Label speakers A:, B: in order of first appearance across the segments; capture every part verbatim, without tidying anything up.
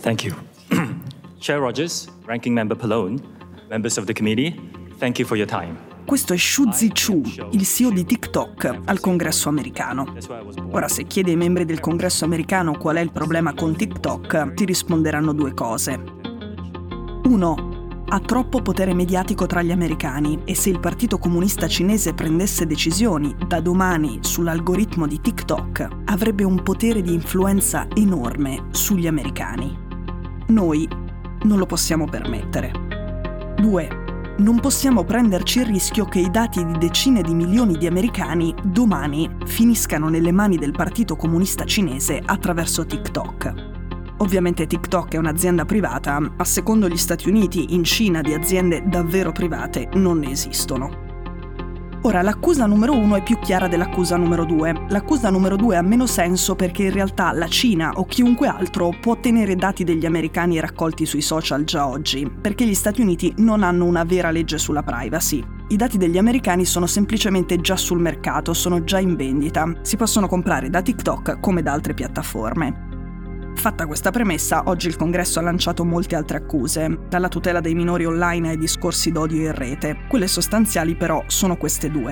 A: Thank you. Chair Rogers, Ranking Member Pallone, members of the committee, thank you for your time.
B: Questo è Shu Zi Chu, il C E O di TikTok, al Congresso americano. Ora, se chiedi ai membri del Congresso americano qual è il problema con TikTok, ti risponderanno due cose. Uno, ha troppo potere mediatico tra gli americani e se il Partito Comunista Cinese prendesse decisioni da domani sull'algoritmo di TikTok, avrebbe un potere di influenza enorme sugli americani. Noi non lo possiamo permettere. Due, non possiamo prenderci il rischio che i dati di decine di milioni di americani domani finiscano nelle mani del Partito Comunista Cinese attraverso TikTok. Ovviamente TikTok è un'azienda privata, ma secondo gli Stati Uniti in Cina di aziende davvero private non ne esistono. Ora, l'accusa numero uno è più chiara dell'accusa numero due. L'accusa numero due ha meno senso perché in realtà la Cina o chiunque altro può ottenere dati degli americani raccolti sui social già oggi, perché gli Stati Uniti non hanno una vera legge sulla privacy. I dati degli americani sono semplicemente già sul mercato, sono già in vendita. Si possono comprare da TikTok come da altre piattaforme. Fatta questa premessa, oggi il Congresso ha lanciato molte altre accuse, dalla tutela dei minori online ai discorsi d'odio in rete. Quelle sostanziali però sono queste due.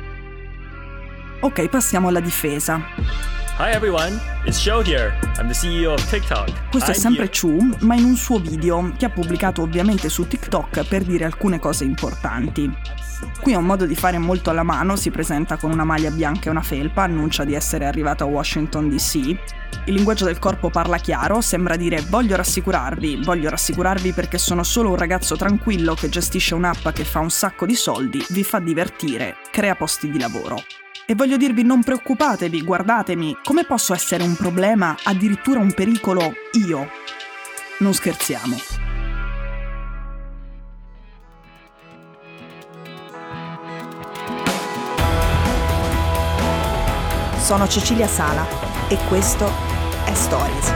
B: Ok, passiamo alla difesa.
A: Hi everyone, it's Shou here. I'm the C E O of TikTok.
B: Questo è
A: I'm
B: sempre
A: here.
B: Chu, ma in un suo video che ha pubblicato ovviamente su TikTok per dire alcune cose importanti. Qui ha un modo di fare molto alla mano, si presenta con una maglia bianca e una felpa, annuncia di essere arrivato a Washington D C. Il linguaggio del corpo parla chiaro, sembra dire voglio rassicurarvi, voglio rassicurarvi perché sono solo un ragazzo tranquillo che gestisce un'app che fa un sacco di soldi, vi fa divertire, crea posti di lavoro. E voglio dirvi non preoccupatevi, guardatemi, come posso essere un problema, addirittura un pericolo, io? Non scherziamo.
C: Sono Cecilia Sala e questo è Stories.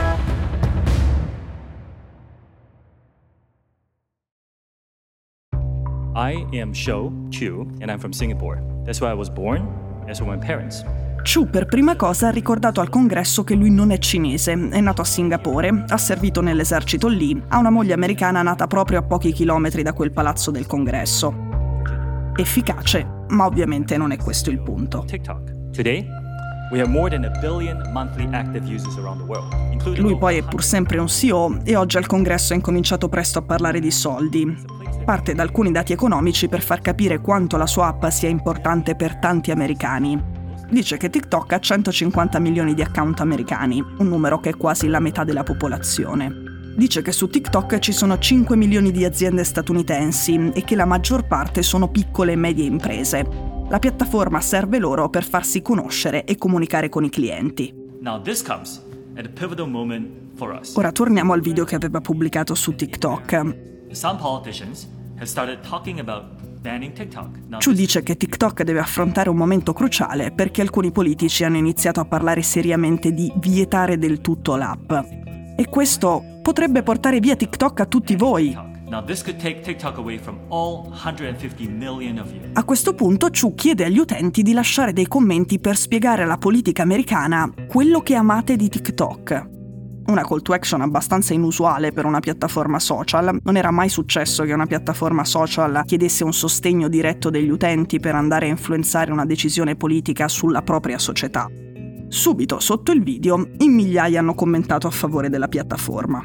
A: I am Shou Chu and I'm from Singapore. That's where I was born, as were my parents.
B: Chu per prima cosa ha ricordato al Congresso che lui non è cinese, è nato a Singapore, ha servito nell'esercito lì, ha una moglie americana nata proprio a pochi chilometri da quel palazzo del Congresso. Efficace, ma ovviamente non è questo il punto.
A: TikTok. Today, we have more than a billion monthly active users around the world, including
B: Lui poi è pur sempre un C E O e oggi al Congresso ha incominciato presto a parlare di soldi. Parte da alcuni dati economici per far capire quanto la sua app sia importante per tanti americani. Dice che TikTok ha centocinquanta milioni di account americani, un numero che è quasi la metà della popolazione. Dice che su TikTok ci sono cinque milioni di aziende statunitensi e che la maggior parte sono piccole e medie imprese. La piattaforma serve loro per farsi conoscere e comunicare con i clienti.
A: Now this comes at a pivotal moment for us.
B: Ora torniamo al video che aveva pubblicato su TikTok.
A: Some politicians have started talking about banning TikTok. Now,
B: Chu dice che TikTok deve affrontare un momento cruciale perché alcuni politici hanno iniziato a parlare seriamente di vietare del tutto l'app. E questo potrebbe portare via TikTok a tutti voi.
A: Now this could take TikTok away from all one hundred fifty million of you.
B: A questo punto Chu chiede agli utenti di lasciare dei commenti per spiegare alla politica americana quello che amate di TikTok. Una call to action abbastanza inusuale per una piattaforma social. Non era mai successo che una piattaforma social chiedesse un sostegno diretto degli utenti per andare a influenzare una decisione politica sulla propria società. Subito sotto il video, in migliaia hanno commentato a favore della piattaforma.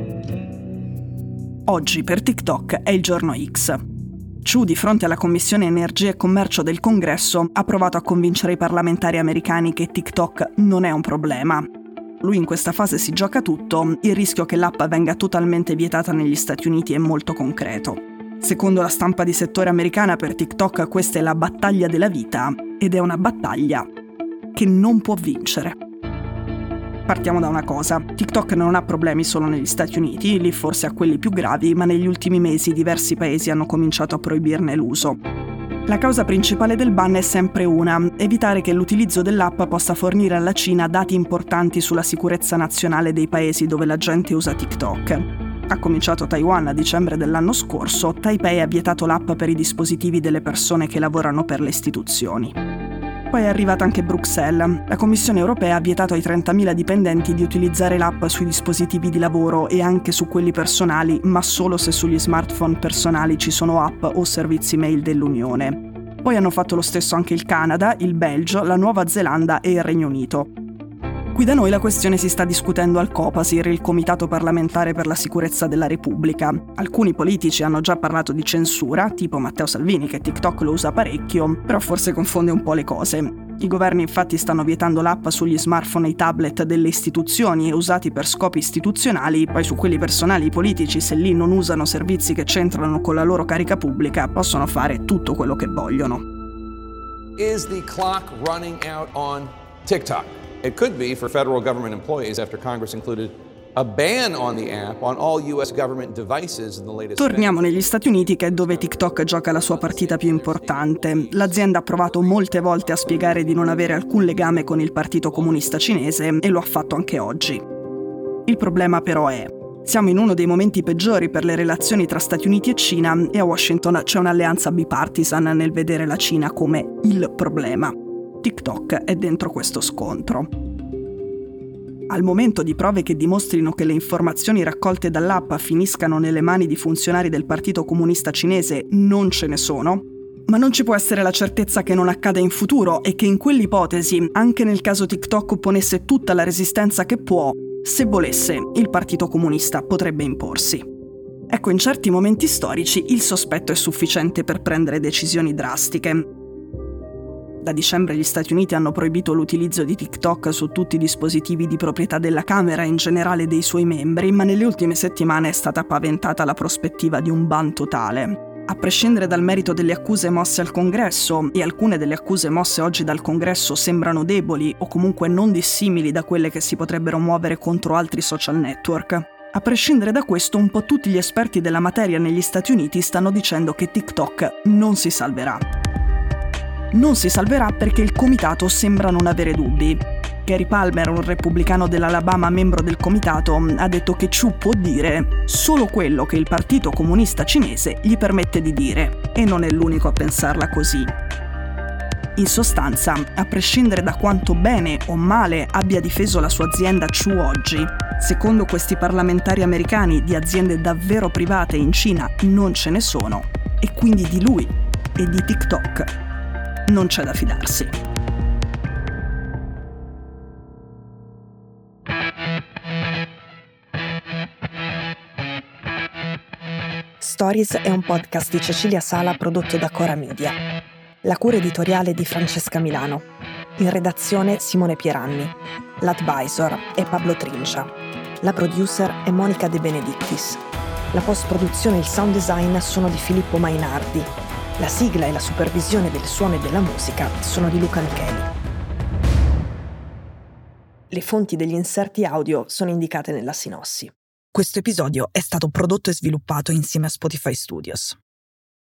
B: Oggi per TikTok è il giorno X. Chu, di fronte alla Commissione Energia e Commercio del Congresso, ha provato a convincere i parlamentari americani che TikTok non è un problema. Lui in questa fase si gioca tutto, il rischio che l'app venga totalmente vietata negli Stati Uniti è molto concreto. Secondo la stampa di settore americana, per TikTok questa è la battaglia della vita ed è una battaglia che non può vincere. Partiamo da una cosa, TikTok non ha problemi solo negli Stati Uniti, lì forse ha quelli più gravi, ma negli ultimi mesi diversi paesi hanno cominciato a proibirne l'uso. La causa principale del ban è sempre una, evitare che l'utilizzo dell'app possa fornire alla Cina dati importanti sulla sicurezza nazionale dei paesi dove la gente usa TikTok. Ha cominciato Taiwan a dicembre dell'anno scorso, Taipei ha vietato l'app per i dispositivi delle persone che lavorano per le istituzioni. Poi è arrivata anche Bruxelles. La Commissione europea ha vietato ai trentamila dipendenti di utilizzare l'app sui dispositivi di lavoro e anche su quelli personali, ma solo se sugli smartphone personali ci sono app o servizi mail dell'Unione. Poi hanno fatto lo stesso anche il Canada, il Belgio, la Nuova Zelanda e il Regno Unito. Qui da noi la questione si sta discutendo al Copasir, il Comitato parlamentare per la sicurezza della Repubblica. Alcuni politici hanno già parlato di censura, tipo Matteo Salvini, che TikTok lo usa parecchio, però forse confonde un po' le cose. I governi infatti stanno vietando l'app sugli smartphone e i tablet delle istituzioni usati per scopi istituzionali, poi su quelli personali i politici, se lì non usano servizi che c'entrano con la loro carica pubblica, possono fare tutto quello che vogliono.
D: Is the clock running out on TikTok? It could be for federal government employees after Congress included a ban on the app on all U S government devices in the latest.
B: Torniamo negli Stati Uniti, che è dove TikTok gioca la sua partita più importante. L'azienda ha provato molte volte a spiegare di non avere alcun legame con il Partito Comunista Cinese e lo ha fatto anche oggi. Il problema però è: siamo in uno dei momenti peggiori per le relazioni tra Stati Uniti e Cina e a Washington c'è un'alleanza bipartisan nel vedere la Cina come il problema. TikTok è dentro questo scontro. Al momento di prove che dimostrino che le informazioni raccolte dall'app finiscano nelle mani di funzionari del Partito Comunista Cinese non ce ne sono, ma non ci può essere la certezza che non accada in futuro e che in quell'ipotesi, anche nel caso TikTok ponesse tutta la resistenza che può, se volesse, il Partito Comunista potrebbe imporsi. Ecco, in certi momenti storici il sospetto è sufficiente per prendere decisioni drastiche. Da dicembre gli Stati Uniti hanno proibito l'utilizzo di TikTok su tutti i dispositivi di proprietà della Camera e in generale dei suoi membri, ma nelle ultime settimane è stata paventata la prospettiva di un ban totale. A prescindere dal merito delle accuse mosse al Congresso, e alcune delle accuse mosse oggi dal Congresso sembrano deboli o comunque non dissimili da quelle che si potrebbero muovere contro altri social network, a prescindere da questo un po' tutti gli esperti della materia negli Stati Uniti stanno dicendo che TikTok non si salverà. Non si salverà perché il comitato sembra non avere dubbi. Gary Palmer, un repubblicano dell'Alabama membro del comitato, ha detto che Chu può dire solo quello che il Partito Comunista Cinese gli permette di dire, e non è l'unico a pensarla così. In sostanza, a prescindere da quanto bene o male abbia difeso la sua azienda Chu oggi, secondo questi parlamentari americani di aziende davvero private in Cina non ce ne sono, e quindi di lui e di TikTok non c'è da fidarsi.
C: Stories è un podcast di Cecilia Sala prodotto da Cora Media. La cura editoriale di Francesca Milano. In redazione Simone Pieranni. L'advisor è Pablo Trincia. La producer è Monica De Benedictis. La post-produzione e il sound design sono di Filippo Mainardi. La sigla e la supervisione del suono e della musica sono di Luca Micheli. Le fonti degli inserti audio sono indicate nella sinossi. Questo episodio è stato prodotto e sviluppato insieme a Spotify Studios.